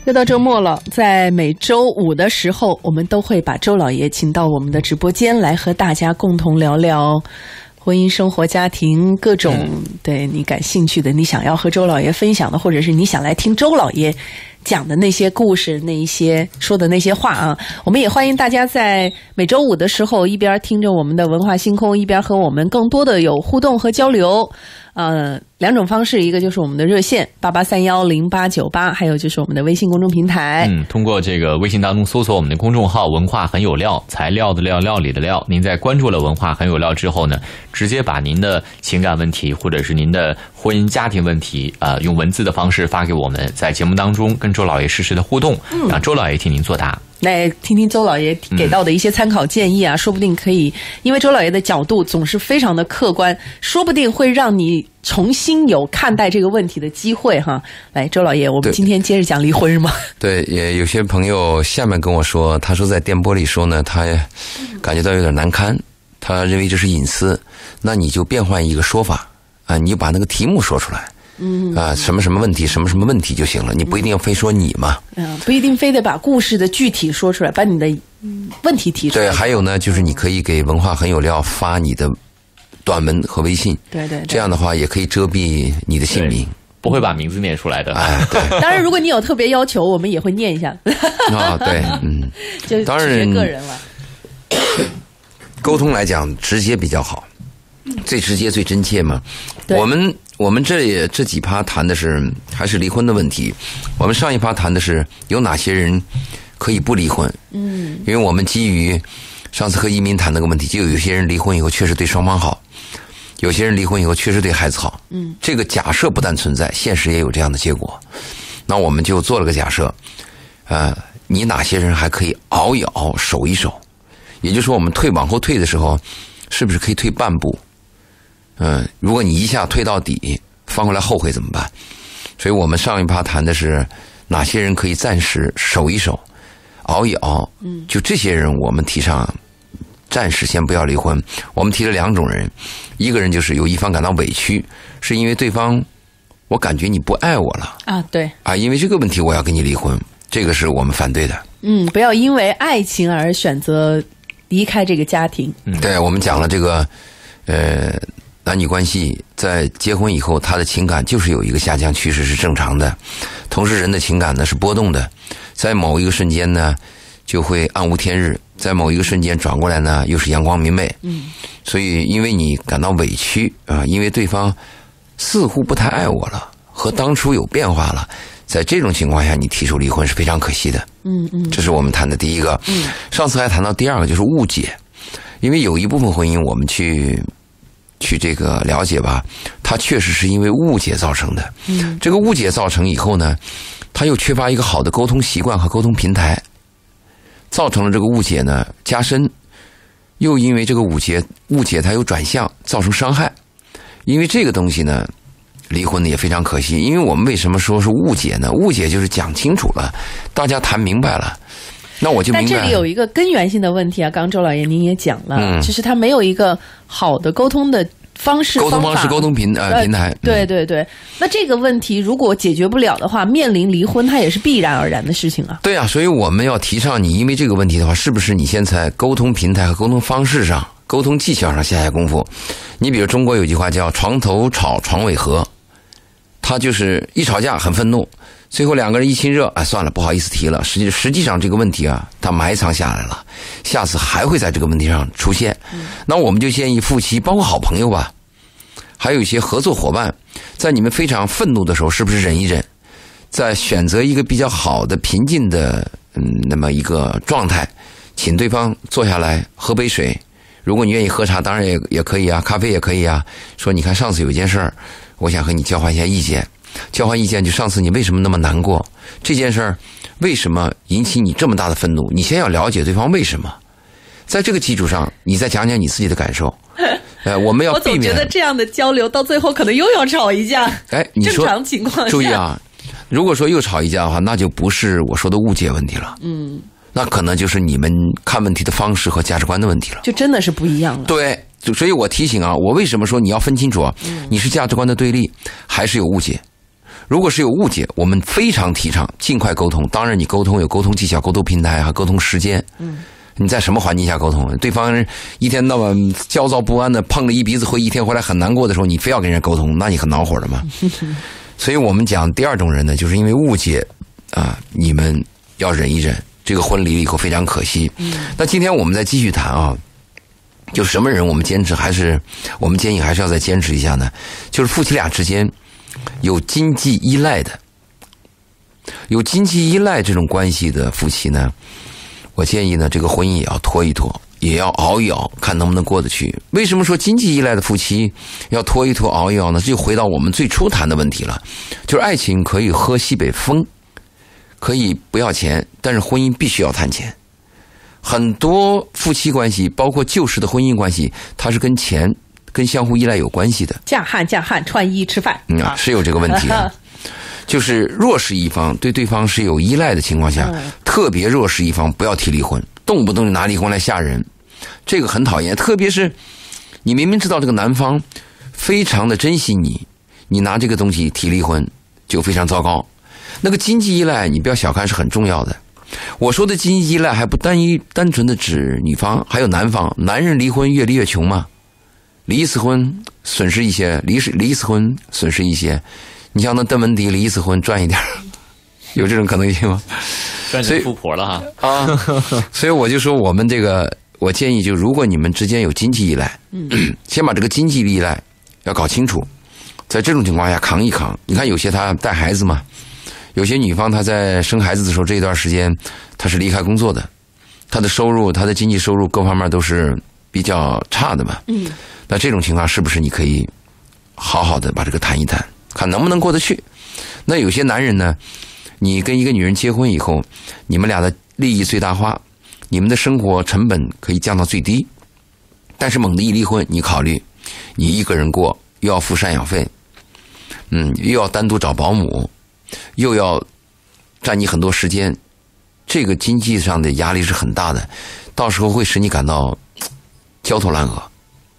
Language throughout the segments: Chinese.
又到周末了，在每周五的时候，我们都会把周老爷请到我们的直播间来和大家共同聊聊婚姻、生活、家庭各种对你感兴趣的，你想要和周老爷分享的，或者是你想来听周老爷讲的那些故事，那一些说的那些话啊。我们也欢迎大家在每周五的时候一边听着我们的文化星空，一边和我们更多的有互动和交流。两种方式，一个就是我们的热线88310898，还有就是我们的微信公众平台。 通过这个微信当中搜索我们的公众号文化很有料，材料的料，料理的料。您在关注了文化很有料之后呢，直接把您的情感问题或者是您的婚姻家庭问题用文字的方式发给我们，在节目当中跟周老爷实时的互动，让周老爷替您作答。 来听听周老爷给到的一些参考建议啊，说不定可以，因为周老爷的角度总是非常的客观，说不定会让你重新有看待这个问题的机会哈。来，周老爷，我们今天接着讲离婚是吗？ 对，也有些朋友下面跟我说，他说在电波里说呢，他感觉到有点难堪，他认为这是隐私，那你就变换一个说法啊，你就把那个题目说出来。什么什么问题，什么什么问题就行了，你不一定非说你嘛。 不一定非得把故事的具体说出来，把你的问题提出来。 对，还有呢，就是你可以给文化很有料发你的短文和微信。对，这样的话也可以遮蔽你的姓名， 不会把名字念出来的。 对。 当然，如果你有特别要求，我们也会念一下。 对， 就当然个人了。 沟通来讲，直接比较好，最直接、最真切嘛。我们这几趴谈的是还是离婚的问题，我们上一趴谈的是有哪些人可以不离婚。因为我们基于上次和移民谈那个问题，就有些人离婚以后确实对双方好，有些人离婚以后确实对孩子好。这个假设不但存在，现实也有这样的结果。那我们就做了个假设，你哪些人还可以熬一熬，守一守？也就是说，我们往后退的时候，是不是可以退半步？如果你一下退到底，翻回来后悔怎么办？所以我们上一趴谈的是哪些人可以暂时守一守，熬一熬。就这些人，我们提倡暂时先不要离婚。我们提了两种人，一个人就是有一方感到委屈，是因为对方我感觉你不爱我了啊， 对啊，因为这个问题我要跟你离婚，这个是我们反对的。 不要因为爱情而选择离开这个家庭。 对，我们讲了这个男女关系在结婚以后，他的情感就是有一个下降趋势，是正常的。同时，人的情感呢是波动的，在某一个瞬间呢就会暗无天日，在某一个瞬间转过来呢又是阳光明媚。所以因为你感到委屈啊，因为对方似乎不太爱我了，和当初有变化了，在这种情况下你提出离婚是非常可惜的。这是我们谈的第一个。上次还谈到第二个，就是误解。因为有一部分婚姻我们去这个了解吧，它确实是因为误解造成的。这个误解造成以后呢，它又缺乏一个好的沟通习惯和沟通平台，造成了这个误解呢加深，又因为这个误解它又转向，造成伤害。因为这个东西呢，离婚呢也非常可惜。因为我们为什么说是误解呢？误解就是讲清楚了，大家谈明白了，那我就明白。 但这里有一个根源性的问题啊，刚刚周老爷您也讲了，就是他没有一个好的沟通的方式、沟通平台。 对。那这个问题如果解决不了的话，面临离婚，它也是必然而然的事情啊。 对啊，所以我们要提倡你，因为这个问题的话，是不是你先在沟通平台和沟通方式上、沟通技巧上下功夫？你比如中国有句话叫“床头吵，床尾和”，他就是一吵架很愤怒。最后两个人一亲热，算了，不好意思提了。实际上这个问题啊，它埋藏下来了，下次还会在这个问题上出现。那我们就建议夫妻，包括好朋友吧，还有一些合作伙伴，在你们非常愤怒的时候，是不是忍一忍，在选择一个比较好的、平静的那么一个状态，请对方坐下来喝杯水。如果你愿意喝茶，当然也可以啊，咖啡也可以啊。说你看上次有一件事儿，我想和你交换一下意见。交换意见，就上次你为什么那么难过？这件事儿为什么引起你这么大的愤怒？你先要了解对方为什么，在这个基础上，你再讲讲你自己的感受。我们要避免。我总觉得这样的交流到最后可能又要吵一架。 你说正常情况下， 注意啊，如果说又吵一架的话，那就不是我说的误解问题了。那可能就是你们看问题的方式和价值观的问题了， 就真的是不一样了。 对，所以我提醒啊，我为什么说你要分清楚啊，你是价值观的对立还是有误解？ 如果是有误解，我们非常提倡尽快沟通。当然，你沟通有沟通技巧、沟通平台和沟通时间。你在什么环境下沟通？对方一天到晚焦躁不安的，碰了一鼻子灰，一天回来很难过的时候，你非要跟人家沟通，那你很恼火的嘛。所以我们讲第二种人呢，就是因为误解啊，你们要忍一忍，这个婚离了以后非常可惜。那今天我们再继续谈啊。就什么人我们坚持我们建议还是要再坚持一下呢？就是夫妻俩之间有经济依赖的，有经济依赖这种关系的夫妻呢，我建议呢，这个婚姻也要拖一拖，也要熬一熬，看能不能过得去。为什么说经济依赖的夫妻要拖一拖、熬一熬呢？这就回到我们最初谈的问题了，就是爱情可以喝西北风，可以不要钱，但是婚姻必须要谈钱。很多夫妻关系，包括旧式的婚姻关系，它是跟钱、跟相互依赖有关系的。 嫁汉穿衣吃饭， 是有这个问题啊。就是弱势一方对对方是有依赖的情况下，特别弱势一方不要提离婚，动不动就拿离婚来吓人，这个很讨厌。特别是你明明知道这个男方非常的珍惜你，你拿这个东西提离婚就非常糟糕。那个经济依赖你不要小看，是很重要的。我说的经济依赖还不单纯的指女方，还有男方。男人离婚越离越穷嘛，离一次婚损失一些，离一次婚损失一些。你像那邓文迪离一次婚赚一点，有这种可能性吗？ 赚成富婆了哈啊！所以我就说，我建议就如果你们之间有经济依赖，先把这个经济依赖要搞清楚，在这种情况下扛一扛。你看有些他带孩子嘛。有些女方她在生孩子的时候这一段时间她是离开工作的，她的收入、她的经济收入各方面都是比较差的嘛。那这种情况是不是你可以好好的把这个谈一谈，看能不能过得去？那有些男人呢，你跟一个女人结婚以后，你们俩的利益最大化，你们的生活成本可以降到最低，但是猛地一离婚，你考虑你一个人过，又要付赡养费，又要单独找保姆，又要占你很多时间，这个经济上的压力是很大的，到时候会使你感到焦头烂额。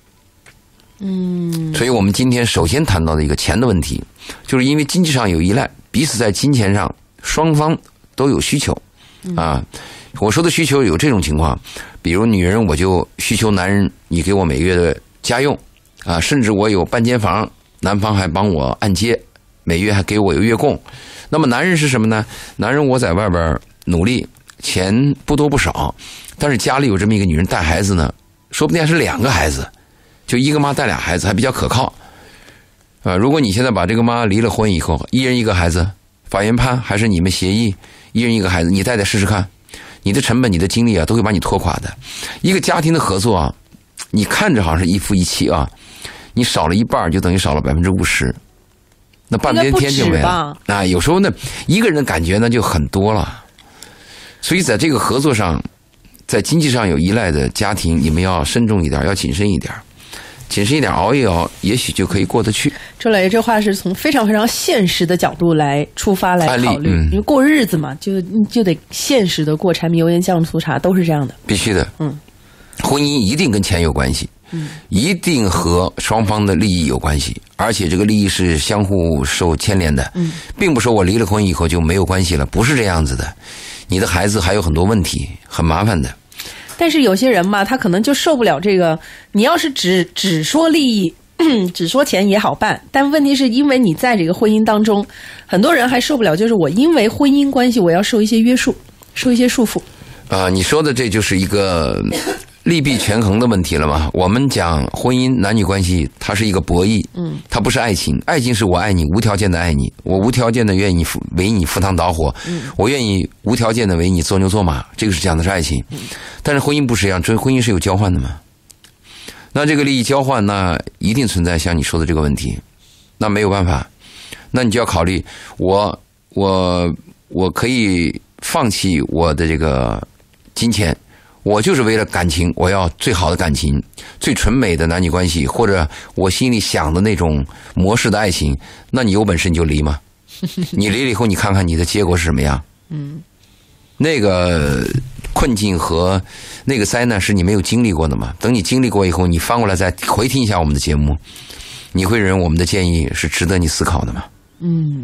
所以我们今天首先谈到的一个钱的问题，就是因为经济上有依赖，彼此在金钱上双方都有需求啊。我说的需求有这种情况，比如女人我就需求男人你给我每个月的家用啊，甚至我有半间房，男方还帮我按揭，每月还给我有月供。那么男人是什么呢？男人我在外边努力，钱不多不少，但是家里有这么一个女人带孩子呢，说不定还是2个孩子，就一个妈带2孩子还比较可靠。如果你现在把这个妈离了婚以后，一人一个孩子，法院判还是你们协议，一人一个孩子，你带试试看，你的成本、你的精力啊，都会把你拖垮的。一个家庭的合作啊，你看着好像是一夫一妻啊，你少了一半就等于少了50%。那半边天就没了啊！有时候呢，一个人的感觉呢就很多了，所以在这个合作上，在经济上有依赖的家庭，你们要慎重一点，要谨慎一点，熬一熬，也许就可以过得去。 周老爷这话是从非常非常现实的角度来出发来考虑，因为过日子嘛，就得现实的过，柴米油盐酱醋茶都是这样的， 必须的。婚姻一定跟钱有关系。一定和双方的利益有关系，而且这个利益是相互受牵连的，并不是说我离了婚以后就没有关系了，不是这样子的。你的孩子还有很多问题，很麻烦的。 但是有些人嘛，他可能就受不了这个。你要是只说利益，只说钱也好办，但问题是因为你在这个婚姻当中，很多人还受不了，就是我因为婚姻关系我要受一些约束，受一些束缚。 你说的这就是一个利弊权衡的问题了嘛？我们讲婚姻男女关系，它是一个博弈，它不是爱情。爱情是我爱你，无条件的爱你，我无条件的愿意为你赴汤蹈火，我愿意无条件的为你做牛做马，这个是讲的是爱情。但是婚姻不是一样，这婚姻是有交换的嘛？那这个利益交换，那一定存在像你说的这个问题，那没有办法，那你就要考虑，我可以放弃我的这个金钱。我就是为了感情，我要最好的感情，最纯美的男女关系，或者我心里想的那种模式的爱情，那你有本事你就离嘛。你离了以后，你看看你的结果是什么样。那个困境和那个灾难是你没有经历过的嘛？等你经历过以后，你翻过来再回听一下我们的节目，你会认为我们的建议是值得你思考的吗？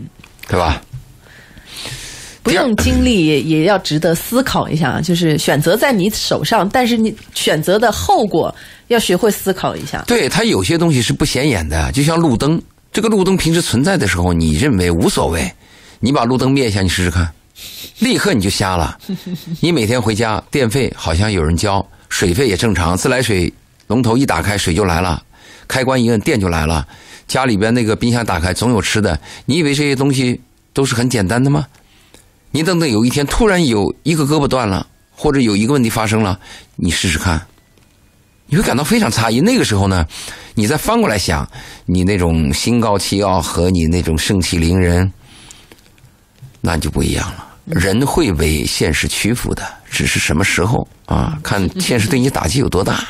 对吧？ 不用经历也要值得思考一下，就是选择在你手上，但是你选择的后果要学会思考一下。 对，它有些东西是不显眼的，就像路灯，这个路灯平时存在的时候，你认为无所谓，你把路灯灭一下，你试试看，立刻你就瞎了。你每天回家，电费好像有人交，水费也正常，自来水龙头一打开，水就来了，开关一摁，电就来了。家里边那个冰箱打开，总有吃的。你以为这些东西都是很简单的吗？你等等有一天突然有一个胳膊断了，或者有一个问题发生了，你试试看，你会感到非常诧异。那个时候呢，你再翻过来想，你那种心高气傲和你那种盛气凌人，那就不一样了。人会为现实屈服的，只是什么时候啊？看现实对你打击有多大。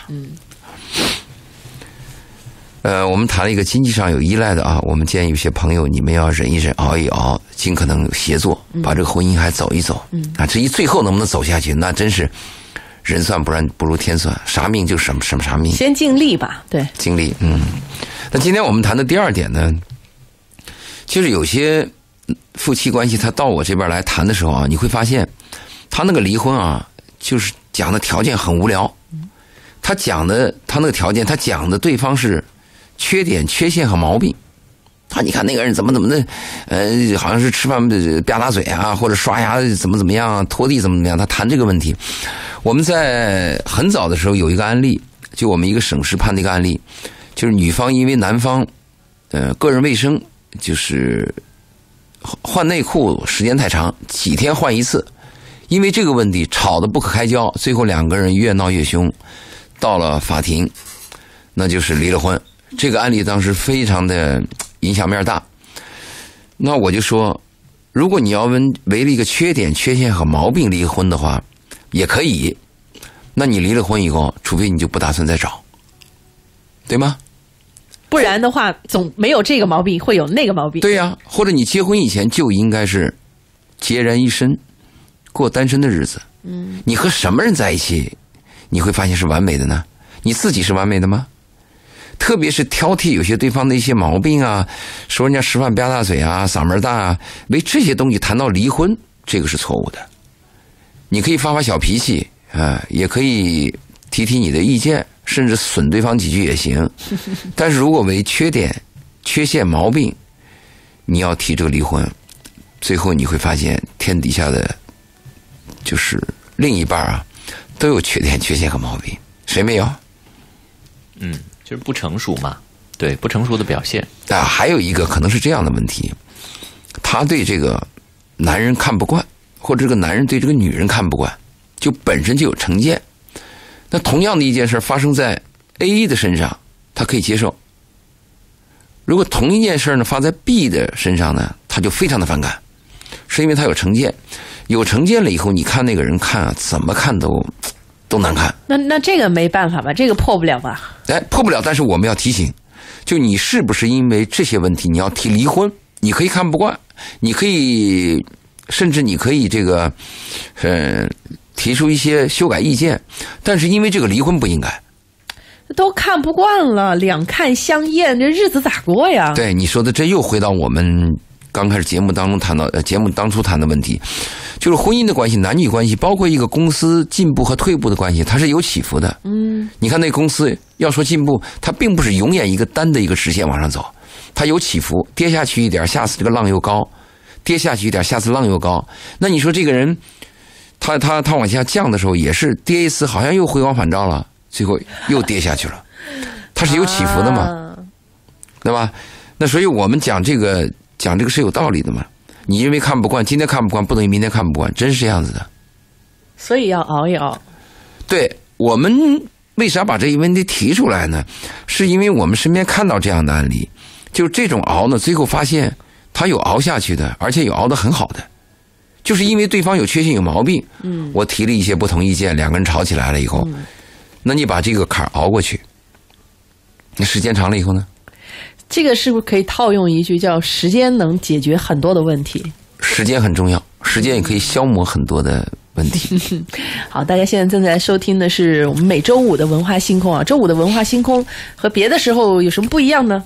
我们谈了一个经济上有依赖的啊，我们建议有些朋友你们要忍一忍，熬一熬，尽可能协作，把这个婚姻还走一走。啊，至于最后能不能走下去，那真是人算不如天算，啥命就什么啥命。 先尽力吧，对， 尽力。那今天我们谈的第二点呢，就是有些夫妻关系他到我这边来谈的时候啊，你会发现他那个离婚啊，就是讲的条件很无聊。他那个条件，他讲的对方是缺点、缺陷和毛病。你看那个人怎么的，好像是吃饭吧嗒嘴啊，或者刷牙怎么样，拖地怎么样。他谈这个问题。我们在很早的时候有一个案例，就我们一个省市判的一个案例，就是女方因为男方个人卫生就是换内裤时间太长，几天换一次，因为这个问题吵得不可开交，最后两个人越闹越凶，到了法庭，那就是离了婚。这个案例当时非常的影响面大。那我就说，如果你要为了一个缺点、缺陷和毛病离婚的话，也可以。那你离了婚以后，除非你就不打算再找，对吗？ 不然的话，总没有这个毛病，会有那个毛病。 对呀，或者你结婚以前就应该是孑然一身，过单身的日子。你和什么人在一起，你会发现是完美的呢？你自己是完美的吗？特别是挑剔有些对方的一些毛病啊，说人家吃饭吧嗒嘴啊，嗓门大啊，为这些东西谈到离婚，这个是错误的。你可以发发小脾气啊，也可以提提你的意见，甚至损对方几句也行。但是如果为缺点、缺陷、毛病，你要提这个离婚，最后你会发现天底下的就是另一半啊，都有缺点、缺陷和毛病，谁没有？ 就是不成熟嘛，对，不成熟的表现啊。还有一个可能是这样的问题，他对这个男人看不惯，或者这个男人对这个女人看不惯，就本身就有成见。那同样的一件事发生在 A 的身上，他可以接受；如果同一件事呢发在 B 的身上呢，他就非常的反感，是因为他有成见。有成见了以后，你看那个人看啊，怎么看都难看。 那这个没办法吧？这个破不了吧？ 破不了。但是我们要提醒，就你是不是因为这些问题你要提离婚？你可以看不惯，你可以甚至你可以这个提出一些修改意见，但是因为这个离婚不应该。 都看不惯了，两看相厌，这日子咋过呀？ 对你说的，这又回到我们刚开始节目当中谈到节目当初谈的问题，就是婚姻的关系、男女关系，包括一个公司进步和退步的关系，它是有起伏的。你看那公司要说进步，它并不是永远一个单的一个直线往上走，它有起伏，跌下去一点，下次这个浪又高；跌下去一点，下次浪又高。那你说这个人，他往下降的时候，也是跌一次，好像又回光返照了，最后又跌下去了，它是有起伏的嘛，对吧？那所以我们讲这个是有道理的嘛。你因为看不惯，今天看不惯，不等于明天看不惯，真是这样子的。 所以要熬一熬。 对，我们为啥把这一问题提出来呢？是因为我们身边看到这样的案例，就是这种熬呢，最后发现他有熬下去的，而且有熬得很好的，就是因为对方有缺陷有毛病。我提了一些不同意见，两个人吵起来了以后，那你把这个坎熬过去，那时间长了以后呢？ 这个是不是可以套用一句叫“时间能解决很多的问题”？ 时间很重要，时间也可以消磨很多的问题。 好，大家现在正在收听的是我们每周五的文化星空啊。周五的文化星空和别的时候有什么不一样呢？不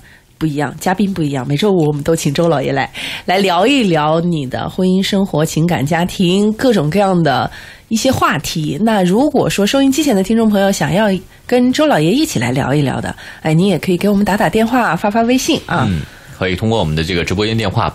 不一样，嘉宾不一样。每周五我们都请周老爷来聊一聊你的婚姻生活、情感、家庭各种各样的一些话题。那如果说收音机前的听众朋友想要跟周老爷一起来聊一聊的，你也可以给我们打电话、发微信啊。 可以通过我们的这个直播间电话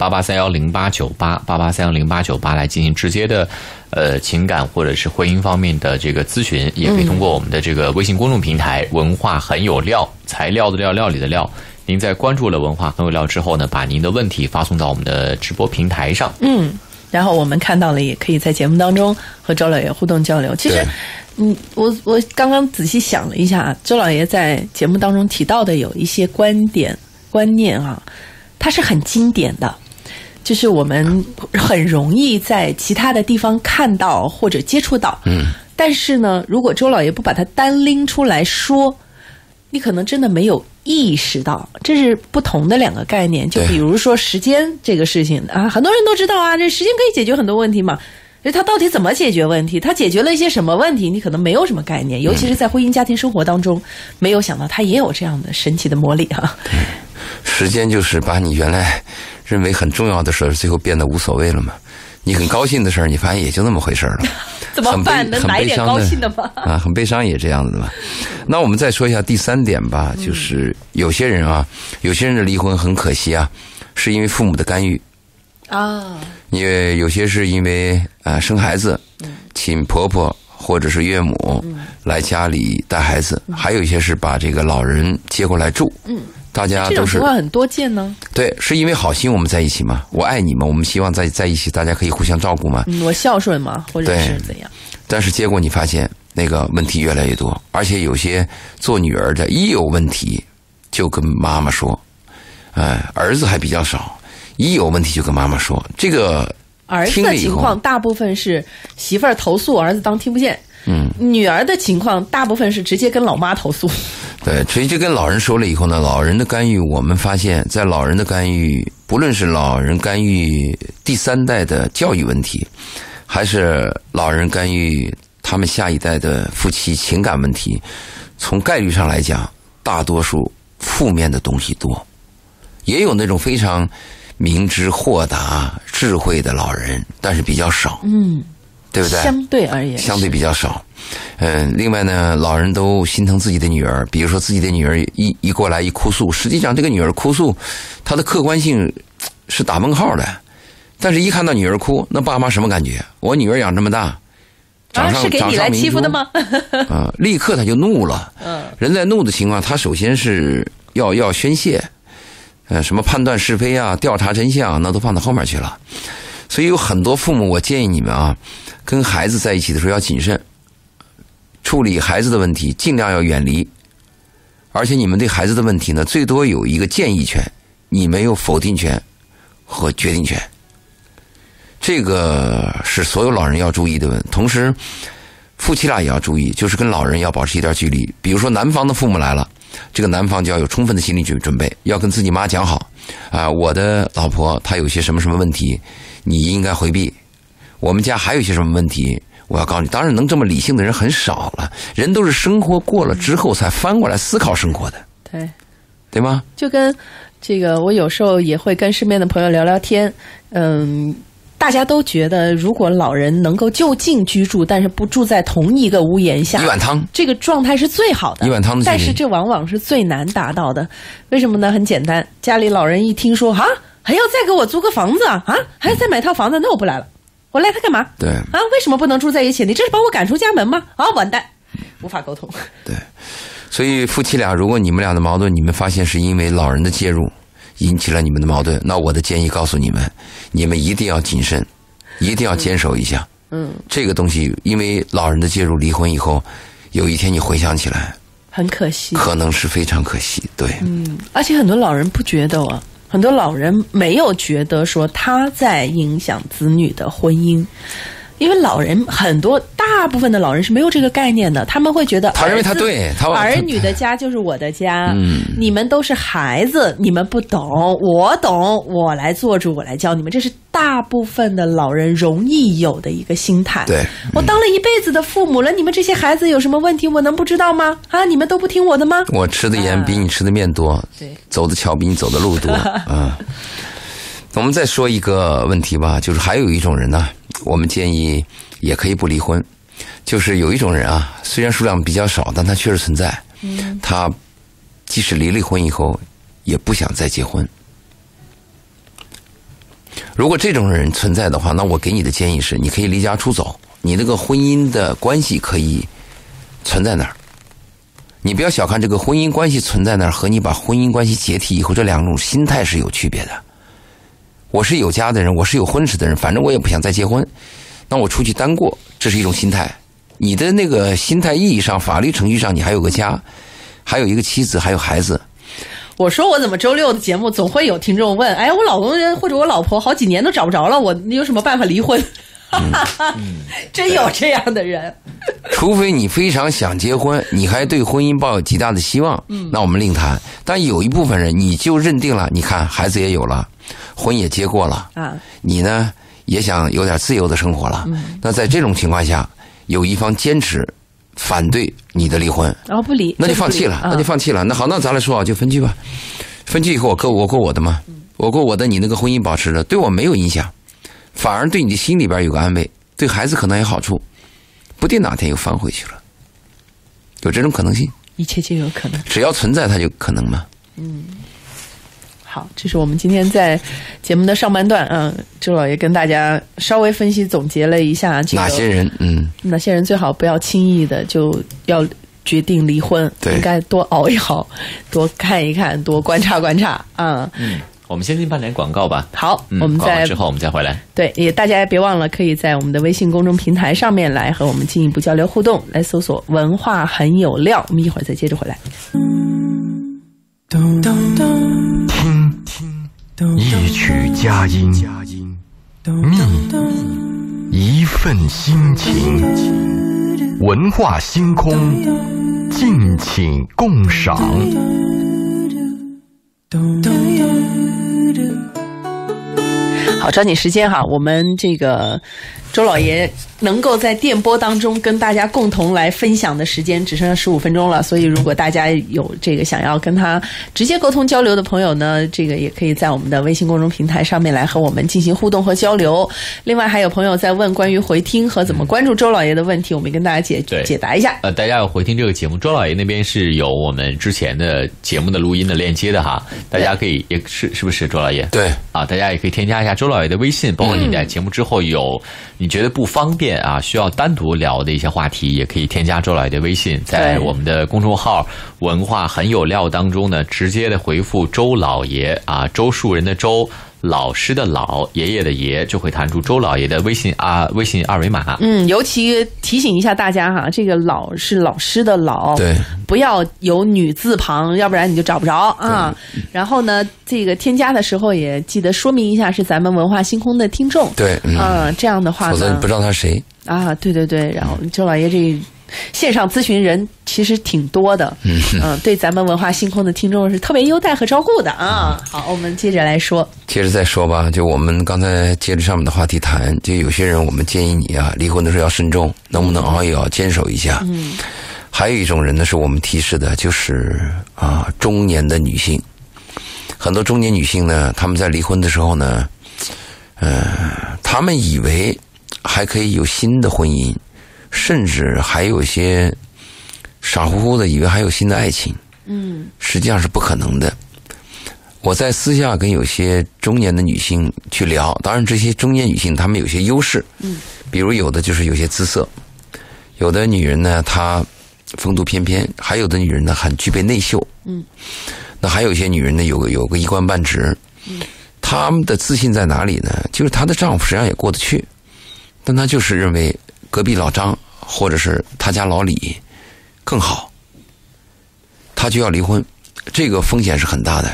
8831089888310898来进行直接的情感或者是婚姻方面的这个咨询，也可以通过我们的这个微信公众平台文化很有料，材料的料，料理的料。您在关注了文化很有料之后呢，把您的问题发送到我们的直播平台上。 然后我们看到了，也可以在节目当中和周老爷互动交流。其实，我刚刚仔细想了一下，周老爷在节目当中提到的有一些观念啊，它是很经典的，就是我们很容易在其他的地方看到或者接触到。但是呢，如果周老爷不把它单拎出来说，你可能真的没有意识到，这是不同的两个概念。就比如说时间这个事情啊，很多人都知道啊，这时间可以解决很多问题嘛。它到底怎么解决问题？它解决了一些什么问题？你可能没有什么概念，尤其是在婚姻家庭生活当中，没有想到它也有这样的神奇的魔力啊。 时间就是把你原来认为很重要的事儿，最后变得无所谓了嘛。你很高兴的事儿，你发现也就那么回事了。 怎么办？能来一点高兴的吗？ 很悲伤也这样子的嘛。那我们再说一下第三点吧，就是有些人的离婚很可惜啊，是因为父母的干预啊。因为有些是因为生孩子，请婆婆或者是岳母来家里带孩子，还有一些是把这个老人接过来住。大家都是这种情况很多见呢。 对，是因为好心我们在一起嘛，我爱你嘛，我们希望在一起，大家可以互相照顾嘛。 我孝顺嘛，或者是怎样。 但是结果你发现那个问题越来越多，而且有些做女儿的一有问题就跟妈妈说，儿子还比较少，一有问题就跟妈妈说。这个儿子的情况大部分是媳妇儿投诉，儿子当听不见。女儿的情况大部分是直接跟老妈投诉。 对，所以这跟老人说了以后呢，老人的干预，我们发现在老人的干预，不论是老人干预第三代的教育问题，还是老人干预他们下一代的夫妻情感问题，从概率上来讲，大多数负面的东西多，也有那种非常明知豁达智慧的老人，但是比较少。对不对？ 相对而言， 相对比较少。另外呢，老人都心疼自己的女儿，比如说自己的女儿一过来一哭诉，实际上这个女儿哭诉，她的客观性是打问号的。但是一看到女儿哭，那爸妈什么感觉？我女儿养这么大， 是给你来欺负的吗？ 立刻他就怒了。人在怒的情况，他首先是要宣泄，什么判断是非啊，调查真相，那都放到后面去了。所以有很多父母，我建议你们啊，跟孩子在一起的时候要谨慎，处理孩子的问题尽量要远离，而且你们对孩子的问题呢，最多有一个建议权，你没有否定权和决定权。这个是所有老人要注意的。同时夫妻俩也要注意，就是跟老人要保持一点距离。比如说男方的父母来了，这个男方就要有充分的心理准备，要跟自己妈讲好我的老婆她有些什么什么问题，你应该回避。我们家还有一些什么问题，我要告诉你。当然能这么理性的人很少了，人都是生活过了之后才翻过来思考生活的。对吗？ 就跟这个，我有时候也会跟身边的朋友聊聊天。大家都觉得，如果老人能够就近居住，但是不住在同一个屋檐下， 一碗汤， 这个状态是最好的。 一碗汤的， 但是这往往是最难达到的。为什么呢？很简单，家里老人一听说还要再给我租个房子还要再买套房子，那我不来了，我来他干嘛？ 对为什么不能住在一起？你这是把我赶出家门吗？完蛋，无法沟通。 对，所以夫妻俩，如果你们俩的矛盾，你们发现是因为老人的介入引起了你们的矛盾，那我的建议告诉你们，你们一定要谨慎，一定要坚守一下。这个东西，因为老人的介入，离婚以后，有一天你回想起来， 很可惜， 可能是非常可惜。对， 而且很多老人不觉得很多老人没有觉得说他在影响子女的婚姻。 因为老人很多，大部分的老人是没有这个概念的，他们会觉得他认为他对， 儿女的家就是我的家，你们都是孩子，你们不懂，我懂，我来做主，我来教你们，这是大部分的老人容易有的一个心态。 对， 我当了一辈子的父母了，你们这些孩子有什么问题，我能不知道吗？啊，你们都不听我的吗？ 我吃的盐比你吃的面多， 对， 走的桥比你走的路多啊。我们再说一个问题吧，就是还有一种人呢，我们建议也可以不离婚，就是有一种人啊，虽然数量比较少，但他确实存在。他即使离了婚以后，也不想再结婚。如果这种人存在的话，那我给你的建议是，你可以离家出走，你那个婚姻的关系可以存在那儿。你不要小看这个婚姻关系存在那儿和你把婚姻关系解体以后，这两种心态是有区别的。我是有家的人，我是有婚史的人，反正我也不想再结婚，那我出去单过，这是一种心态。你的那个心态意义上，法律程序上，你还有个家，还有一个妻子，还有孩子。 我说我怎么周六的节目总会有听众问，哎，我老公或者我老婆好几年都找不着了，我有什么办法离婚？真有这样的人。 除非你非常想结婚，你还对婚姻抱有极大的希望，那我们另谈。但有一部分人，你就认定了，你看孩子也有了，婚也结过了啊，你呢也想有点自由的生活了。那在这种情况下，有一方坚持反对你的离婚， 然后不离， 那就放弃了，那就放弃了。那好，那咱来说啊，就分居吧。分居以后，我过我的嘛，我过我的，你那个婚姻保持着，对我没有影响，反而对你的心里边有个安慰，对孩子可能有好处，不定哪天又翻回去了，有这种可能性。 一切皆有可能， 只要存在，它就可能嘛。 好，这是我们今天在节目的上半段，周老爷跟大家稍微分析总结了一下， 哪些人最好不要轻易的就要决定离婚，应该多熬一熬，多看一看，多观察观察啊。 我们先进半点广告吧。 好，我们广告之后我们再回来。 对，也大家也别忘了，可以在我们的微信公众平台上面来和我们进一步交流互动，来搜索文化很有料。我们一会儿再接着回来。 听一曲佳音，觅一份心情，文化星空，敬请共赏。 好，抓紧时间哈，我们这个周老爷能够在电波当中跟大家共同来分享的时间只剩下15分钟了，所以如果大家有这个想要跟他直接沟通交流的朋友呢，这个也可以在我们的微信公众平台上面来和我们进行互动和交流。另外还有朋友在问关于回听和怎么关注周老爷的问题，我们跟大家解答一下。 大家要回听这个节目，周老爷那边是有我们之前的节目的录音的链接的哈，大家可以也是不是周老爷？ 对啊，大家也可以添加一下周老爷的微信，包括你在节目之后有你觉得不方便啊，需要单独聊的一些话题，也可以添加周老爷的微信，在我们的公众号文化很有料当中呢，直接的回复周老爷啊，周树人的周，老师的老，爷爷的爷，就会弹出周老爷的微信二维码。 尤其提醒一下大家哈，这个老是老师的老， 对， 不要有女字旁，要不然你就找不着啊。然后呢，这个添加的时候也记得说明一下是咱们文化星空的听众， 对， 这样的话呢， 否则你不知道他是谁啊。对对对，然后周老爷这线上咨询人其实挺多的，对咱们文化星空的听众是特别优待和照顾的啊。好，我们接着来说， 接着再说吧。就我们刚才接着上面的话题谈，就有些人我们建议你啊，离婚的时候要慎重，能不能熬也要坚守一下。还有一种人呢，是我们提示的，就是中年的女性。很多中年女性呢，她们在离婚的时候呢，她们以为还可以有新的婚姻，甚至还有些傻乎乎的以为还有新的爱情，实际上是不可能的。我在私下跟有些中年的女性去聊，当然这些中年女性她们有些优势，比如有的就是有些姿色，有的女人呢她风度翩翩，还有的女人呢很具备内秀，那还有一些女人呢有个一官半职，她们的自信在哪里呢？就是她的丈夫实际上也过得去，但她就是认为隔壁老张或者是他家老李更好，她就要离婚，这个风险是很大的。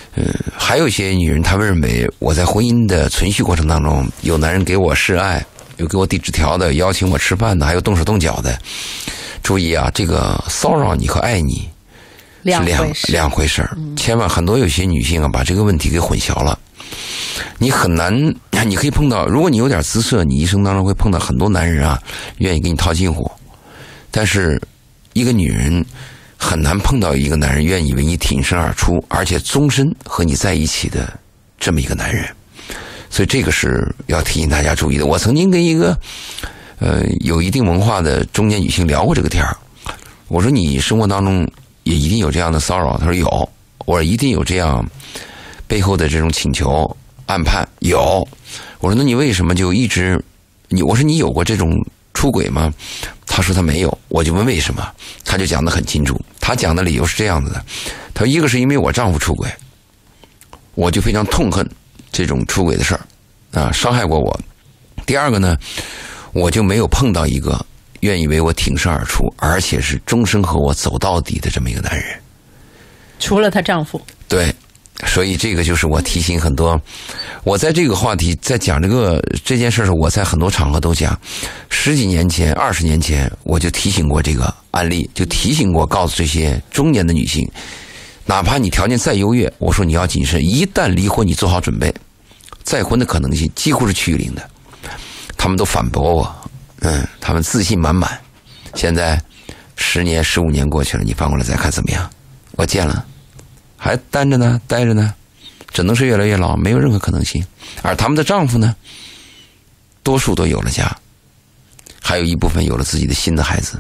还有一些女人，她们认为我在婚姻的存续过程当中，有男人给我示爱， 有给我递纸条的，邀请我吃饭的，还有动手动脚的。注意啊，这个骚扰你和爱你是两回事儿。千万很多有些女性啊，把这个问题给混淆了。你很难，你可以碰到，如果你有点姿色，你一生当中会碰到很多男人啊，愿意给你套近乎。但是一个女人很难碰到一个男人愿意为你挺身而出，而且终身和你在一起的这么一个男人。所以这个是要提醒大家注意的。我曾经跟一个有一定文化的中年女性聊过这个天儿，我说你生活当中也一定有这样的骚扰，她说有。我说一定有这样背后的这种请求暗判，有。我说那你为什么就一直我说你有过这种出轨吗？他说他没有。我就问为什么，他就讲得很清楚。他讲的理由是这样子的，他说一个是因为我丈夫出轨，我就非常痛恨这种出轨的事儿啊，伤害过我。第二个呢，我就没有碰到一个愿意为我挺身而出，而且是终身和我走到底的这么一个男人。 除了她丈夫。对。 所以这个就是我提醒很多，我在这个话题在讲这件事的时候，我在很多场合都讲，10几年前、20年前我就提醒过这个案例，就提醒过告诉这些中年的女性，哪怕你条件再优越，我说你要谨慎，一旦离婚你做好准备，再婚的可能性几乎是趋于零的。他们都反驳我，他们自信满满。现在10年、15年过去了，你翻过来再看怎么样？我见了。还待着呢，只能是越来越老，没有任何可能性。而他们的丈夫呢，多数都有了家，还有一部分有了自己的新的孩子。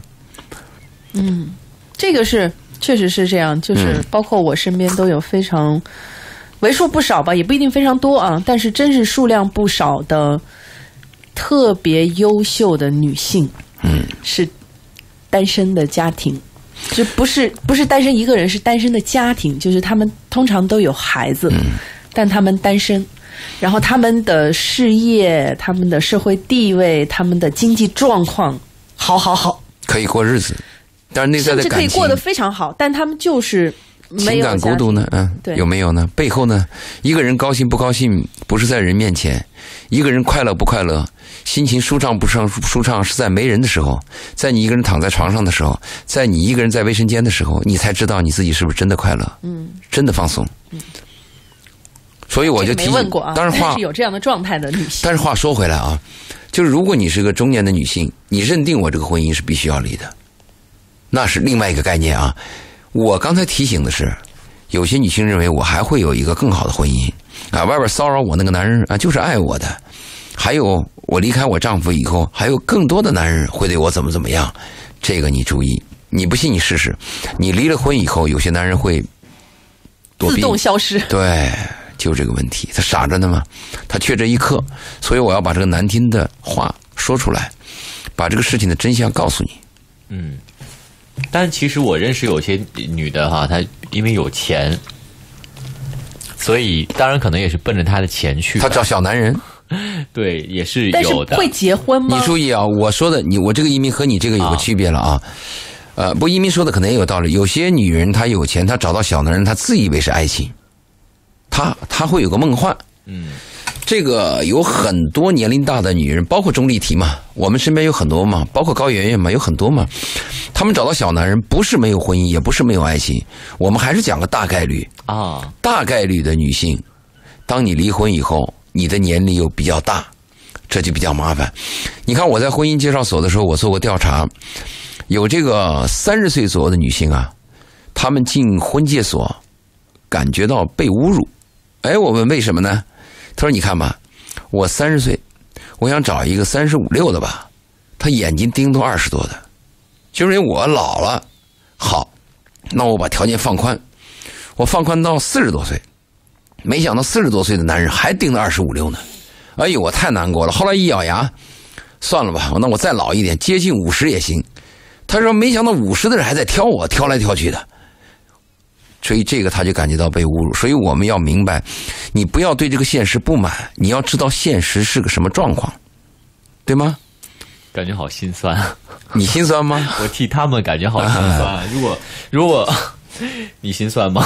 这个确实是这样，就是包括我身边都有非常为数不少吧，也不一定非常多啊，但是真是数量不少的特别优秀的女性，是单身的家庭。就不是单身一个人，是单身的家庭，就是他们通常都有孩子，但他们单身，然后他们的事业、他们的社会地位、他们的经济状况好， 可以过日子，但是内在的感情甚至可以过得非常好，但他们就是没有情感孤独呢？ 对， 有没有呢？背后呢，一个人高兴不高兴，不是在人面前；一个人快乐不快乐，心情舒畅不舒畅，是在没人的时候，在你一个人躺在床上的时候，在你一个人在卫生间的时候，你才知道你自己是不是真的快乐，真的放松。所以我就提醒， 没问过啊， 当然是有这样的状态的女性。 但是话说回来啊，就是如果你是个中年的女性，你认定我这个婚姻是必须要离的，那是另外一个概念啊。我刚才提醒的是，有些女性认为我还会有一个更好的婚姻啊，外边骚扰我那个男人啊就是爱我的，还有我离开我丈夫以后，还有更多的男人会对我怎么样，这个你注意，你不信你试试，你离了婚以后，有些男人会躲避自动消失。 对，就这个问题，他傻着呢嘛，他缺这一刻，所以我要把这个难听的话说出来，把这个事情的真相告诉你。 但其实我认识有些女的哈，她因为有钱，所以当然可能也是奔着她的钱去。 她找小男人， 对，也是有的。 但是会结婚吗？ 你注意啊，我说的我这个移民和你这个有个区别了啊。不，移民说的可能也有道理。有些女人她有钱，她找到小男人，她自以为是爱情，她会有个梦幻。这个有很多年龄大的女人，包括钟丽缇嘛，我们身边有很多嘛，包括高圆圆嘛，有很多嘛。她们找到小男人，不是没有婚姻，也不是没有爱情。我们还是讲个大概率啊，大概率的女性，当你离婚以后，你的年龄又比较大，这就比较麻烦。你看我在婚姻介绍所的时候，我做过调查，有这个30岁左右的女性啊，她们进婚介所感觉到被侮辱。我问为什么呢？他说：“你看吧，我30岁，我想找一个35、6的吧，他眼睛盯都20多的，就认为我老了。好，那我把条件放宽，我放宽到40多岁，没想到40多岁的男人还盯着25、6呢。哎呦，我太难过了。后来一咬牙，算了吧，那我再老一点，接近50也行。他说，没想到50的人还在挑我，挑来挑去的。”所以这个他就感觉到被侮辱，所以我们要明白，你不要对这个现实不满，你要知道现实是个什么状况，对吗？ 感觉好心酸。 你心酸吗？ 我替他们感觉好心酸。如果你心酸吗？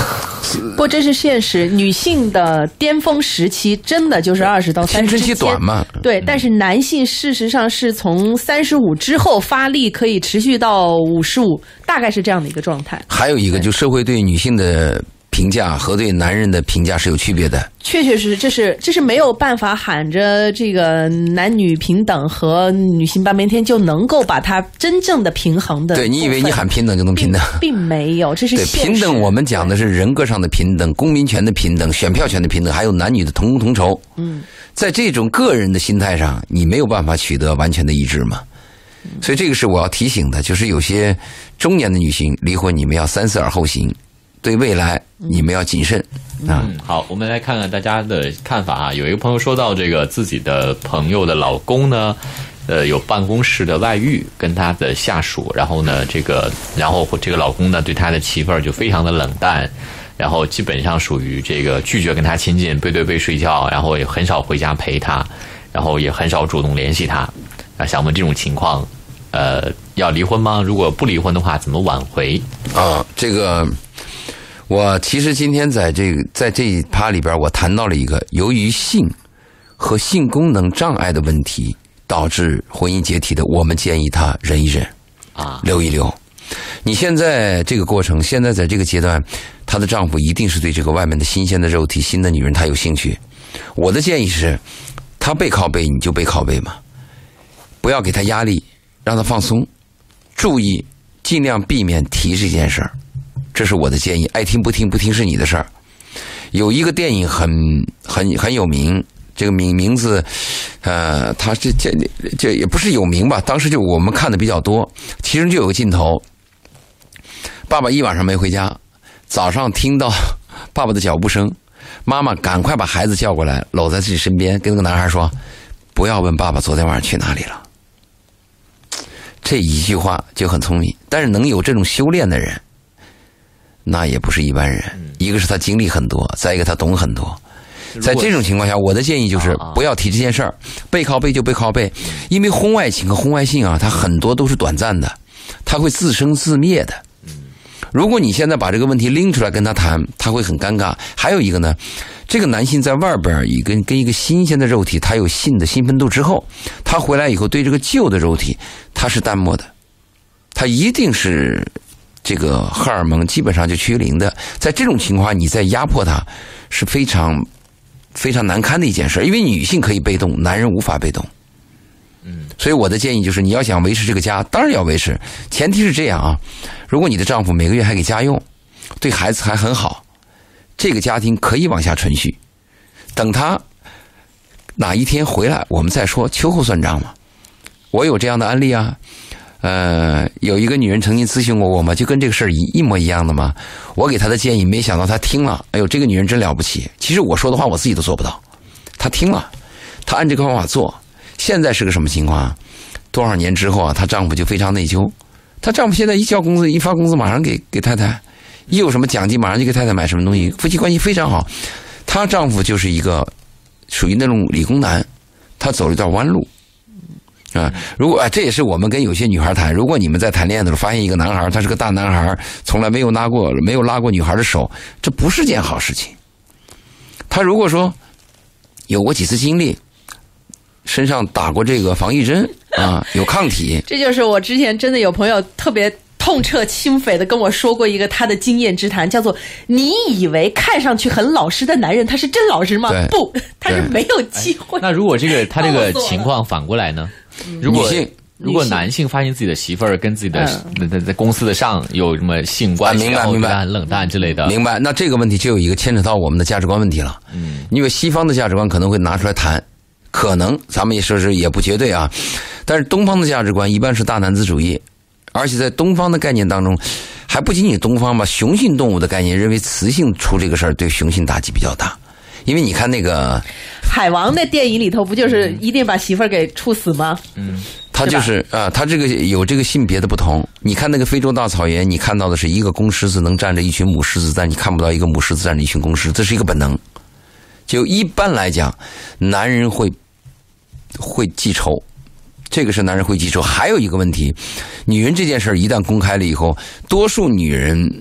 不，这是现实。女性的巅峰时期真的就是20到30之间， 青春期短嘛。 对，但是男性事实上是从35之后发力可以持续到55，大概是这样的一个状态。 还有一个，就社会对女性的评价和对男人的评价是有区别的。 确确实实，这是没有办法喊着这个男女平等和女性半边天就能够把它真正的平衡的。 对，你以为你喊平等就能平等， 并没有，这是对现实。 平等。我们讲的是人格上的平等、公民权的平等、选票权的平等，还有男女的同工同酬。在这种个人的心态上，你没有办法取得完全的一致嘛。所以这个是我要提醒的，就是有些中年的女性离婚，你们要三思而后行。对未来你们要谨慎啊！ 好，我们来看看大家的看法啊。有一个朋友说到，这个自己的朋友的老公呢，有办公室的外遇，跟他的下属，然后这个老公呢，对他的媳妇儿就非常的冷淡，然后基本上属于这个拒绝跟他亲近，背对背睡觉，然后也很少回家陪他，然后也很少主动联系他。想问这种情况，要离婚吗？如果不离婚的话，怎么挽回？ 这个。我其实今天在这一趴里边，我谈到了一个由于性和性功能障碍的问题导致婚姻解体的，我们建议他忍一忍留一留。你现在这个过程，现在在这个阶段，她的丈夫一定是对这个外面的新鲜的肉体、新的女人他有兴趣。我的建议是，他背靠背你就背靠背嘛，不要给他压力，让他放松，注意尽量避免提这件事儿。这是我的建议，爱听不听，不听是你的事儿。有一个电影很有名，这个名字，它这也不是有名吧？当时就我们看的比较多，其中就有个镜头，爸爸一晚上没回家，早上听到爸爸的脚步声，妈妈赶快把孩子叫过来，搂在自己身边，跟那个男孩说：“不要问爸爸昨天晚上去哪里了。”这一句话就很聪明，但是能有这种修炼的人。那也不是一般人，一个是他经历很多，再一个他懂很多。在这种情况下，我的建议就是不要提这件事儿，背靠背就背靠背，因为婚外情和婚外性啊，它很多都是短暂的，它会自生自灭的。如果你现在把这个问题拎出来跟他谈，他会很尴尬。还有一个呢，这个男性在外边跟一个新鲜的肉体，他有性的兴奋度之后，他回来以后对这个旧的肉体他是淡漠的，他一定是。这个荷尔蒙基本上就趋于零的，在这种情况你再压迫他是非常非常难堪的一件事，因为女性可以被动，男人无法被动。所以我的建议就是，你要想维持这个家，当然要维持，前提是这样啊，如果你的丈夫每个月还给家用，对孩子还很好，这个家庭可以往下存续，等他哪一天回来我们再说，秋后算账嘛。我有这样的案例啊，有一个女人曾经咨询过我嘛，就跟这个事儿一模一样的嘛。我给她的建议，没想到她听了，哎呦，这个女人真了不起。其实我说的话我自己都做不到，她听了，她按这个方法做。现在是个什么情况啊？多少年之后啊，她丈夫就非常内疚。她丈夫现在一交工资，一发工资马上给太太，一有什么奖金马上就给太太买什么东西，夫妻关系非常好。她丈夫就是一个属于那种理工男，他走了一段弯路。如果这也是我们跟有些女孩谈，如果你们在谈恋爱的时候发现一个男孩，他是个大男孩，从来没有拉过女孩的手，这不是件好事情。他如果说有过几次经历，身上打过这个防疫针啊，有抗体， 这就是我之前真的有朋友特别痛彻心扉的跟我说过一个他的经验之谈，叫做你以为看上去很老实的男人他是真老实吗？不，他是没有机会。 那如果他这个情况反过来呢？如果男性发现自己的媳妇儿跟自己的在公司的上有什么性关系，然后对他很冷淡之类的， 明白？那这个问题就有一个牵扯到我们的价值观问题了。因为西方的价值观可能会拿出来谈，可能咱们也说是也不绝对啊。但是东方的价值观一般是大男子主义，而且在东方的概念当中，还不仅仅东方吧，雄性动物的概念认为雌性出这个事儿对雄性打击比较大。因为你看那个海王的电影里头，不就是一定把媳妇儿给处死吗？ 他就是他这个有这个性别的不同。你看那个非洲大草原，你看到的是一个公狮子能站着一群母狮子，但你看不到一个母狮子站着一群公狮，这是一个本能。就一般来讲，男人会记仇，这个是男人会记仇。还有一个问题，女人这件事一旦公开了以后，多数女人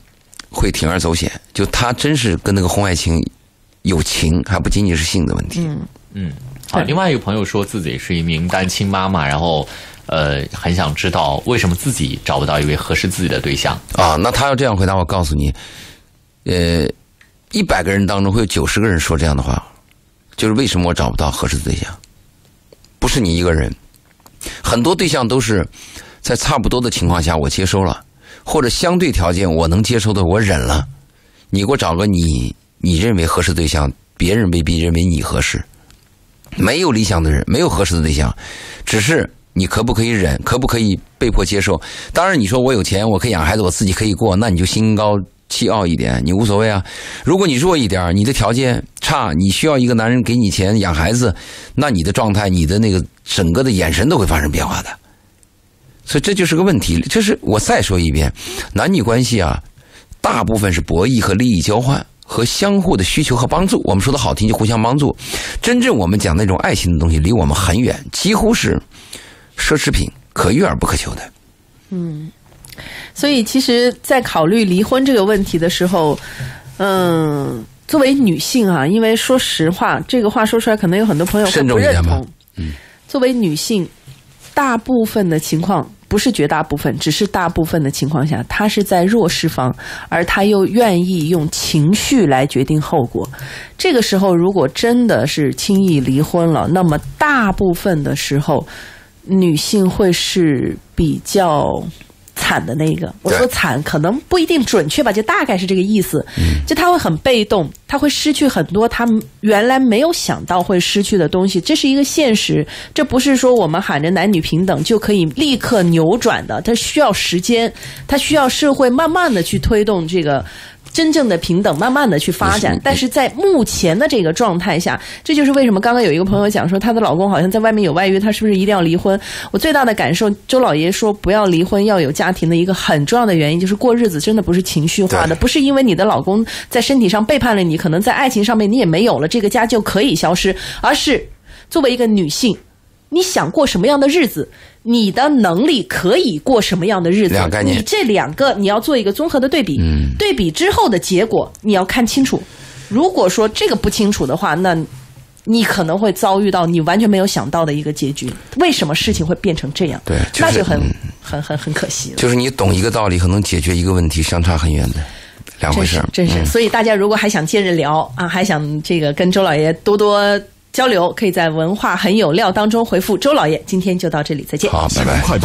会铤而走险，就他真是跟那个婚外情有情，还不仅仅是性的问题。 好，另外一个朋友说自己是一名单亲妈妈，然后很想知道为什么自己找不到一位合适自己的对象啊。那他要这样回答，我告诉你，100个人当中会有90个人说这样的话，就是为什么我找不到合适的对象？不是你一个人，很多对象都是在差不多的情况下我接收了，或者相对条件我能接受的我忍了，你给我找个你认为合适对象，别人未必认为你合适。没有理想的人，没有合适的对象，只是你可不可以忍，可不可以被迫接受。当然你说我有钱，我可以养孩子，我自己可以过，那你就心高气傲一点，你无所谓啊。如果你弱一点，你的条件差，你需要一个男人给你钱养孩子，那你的状态，你的那个整个的眼神都会发生变化的。所以这就是个问题。这是我再说一遍，男女关系啊，大部分是博弈和利益交换和相互的需求和帮助，我们说的好听就互相帮助。真正我们讲那种爱情的东西离我们很远，几乎是奢侈品，可遇而不可求的。 所以其实在考虑离婚这个问题的时候，作为女性啊，因为说实话，这个话说出来可能有很多朋友会不认同。作为女性，大部分的情况，不是绝大部分，只是大部分的情况下，她是在弱势方，而她又愿意用情绪来决定后果。这个时候如果真的是轻易离婚了，那么大部分的时候女性会是比较惨的那个。我说惨可能不一定准确吧，就大概是这个意思。就她会很被动，她会失去很多她原来没有想到会失去的东西，这是一个现实。这不是说我们喊着男女平等就可以立刻扭转的，它需要时间，它需要社会慢慢的去推动这个真正的平等，慢慢的去发展。但是在目前的这个状态下，这就是为什么刚刚有一个朋友讲说她的老公好像在外面有外遇，她是不是一定要离婚？我最大的感受，周老爷说不要离婚，要有家庭的一个很重要的原因，就是过日子真的不是情绪化的，不是因为你的老公在身体上背叛了你，可能在爱情上面你也没有了，这个家就可以消失，而是作为一个女性，你想过什么样的日子，你的能力可以过什么样的日子，你这两个你要做一个综合的对比，对比之后的结果你要看清楚。如果说这个不清楚的话，那你可能会遭遇到你完全没有想到的一个结局。为什么事情会变成这样？ 对， 那就很可惜了。 就是你懂一个道理和能解决一个问题相差很远的两回事。 真是。所以大家如果还想接着聊啊，还想这个跟周老爷多多交流，可以在文化很有料当中回复周老爷。今天就到这里，再见。 好，拜拜。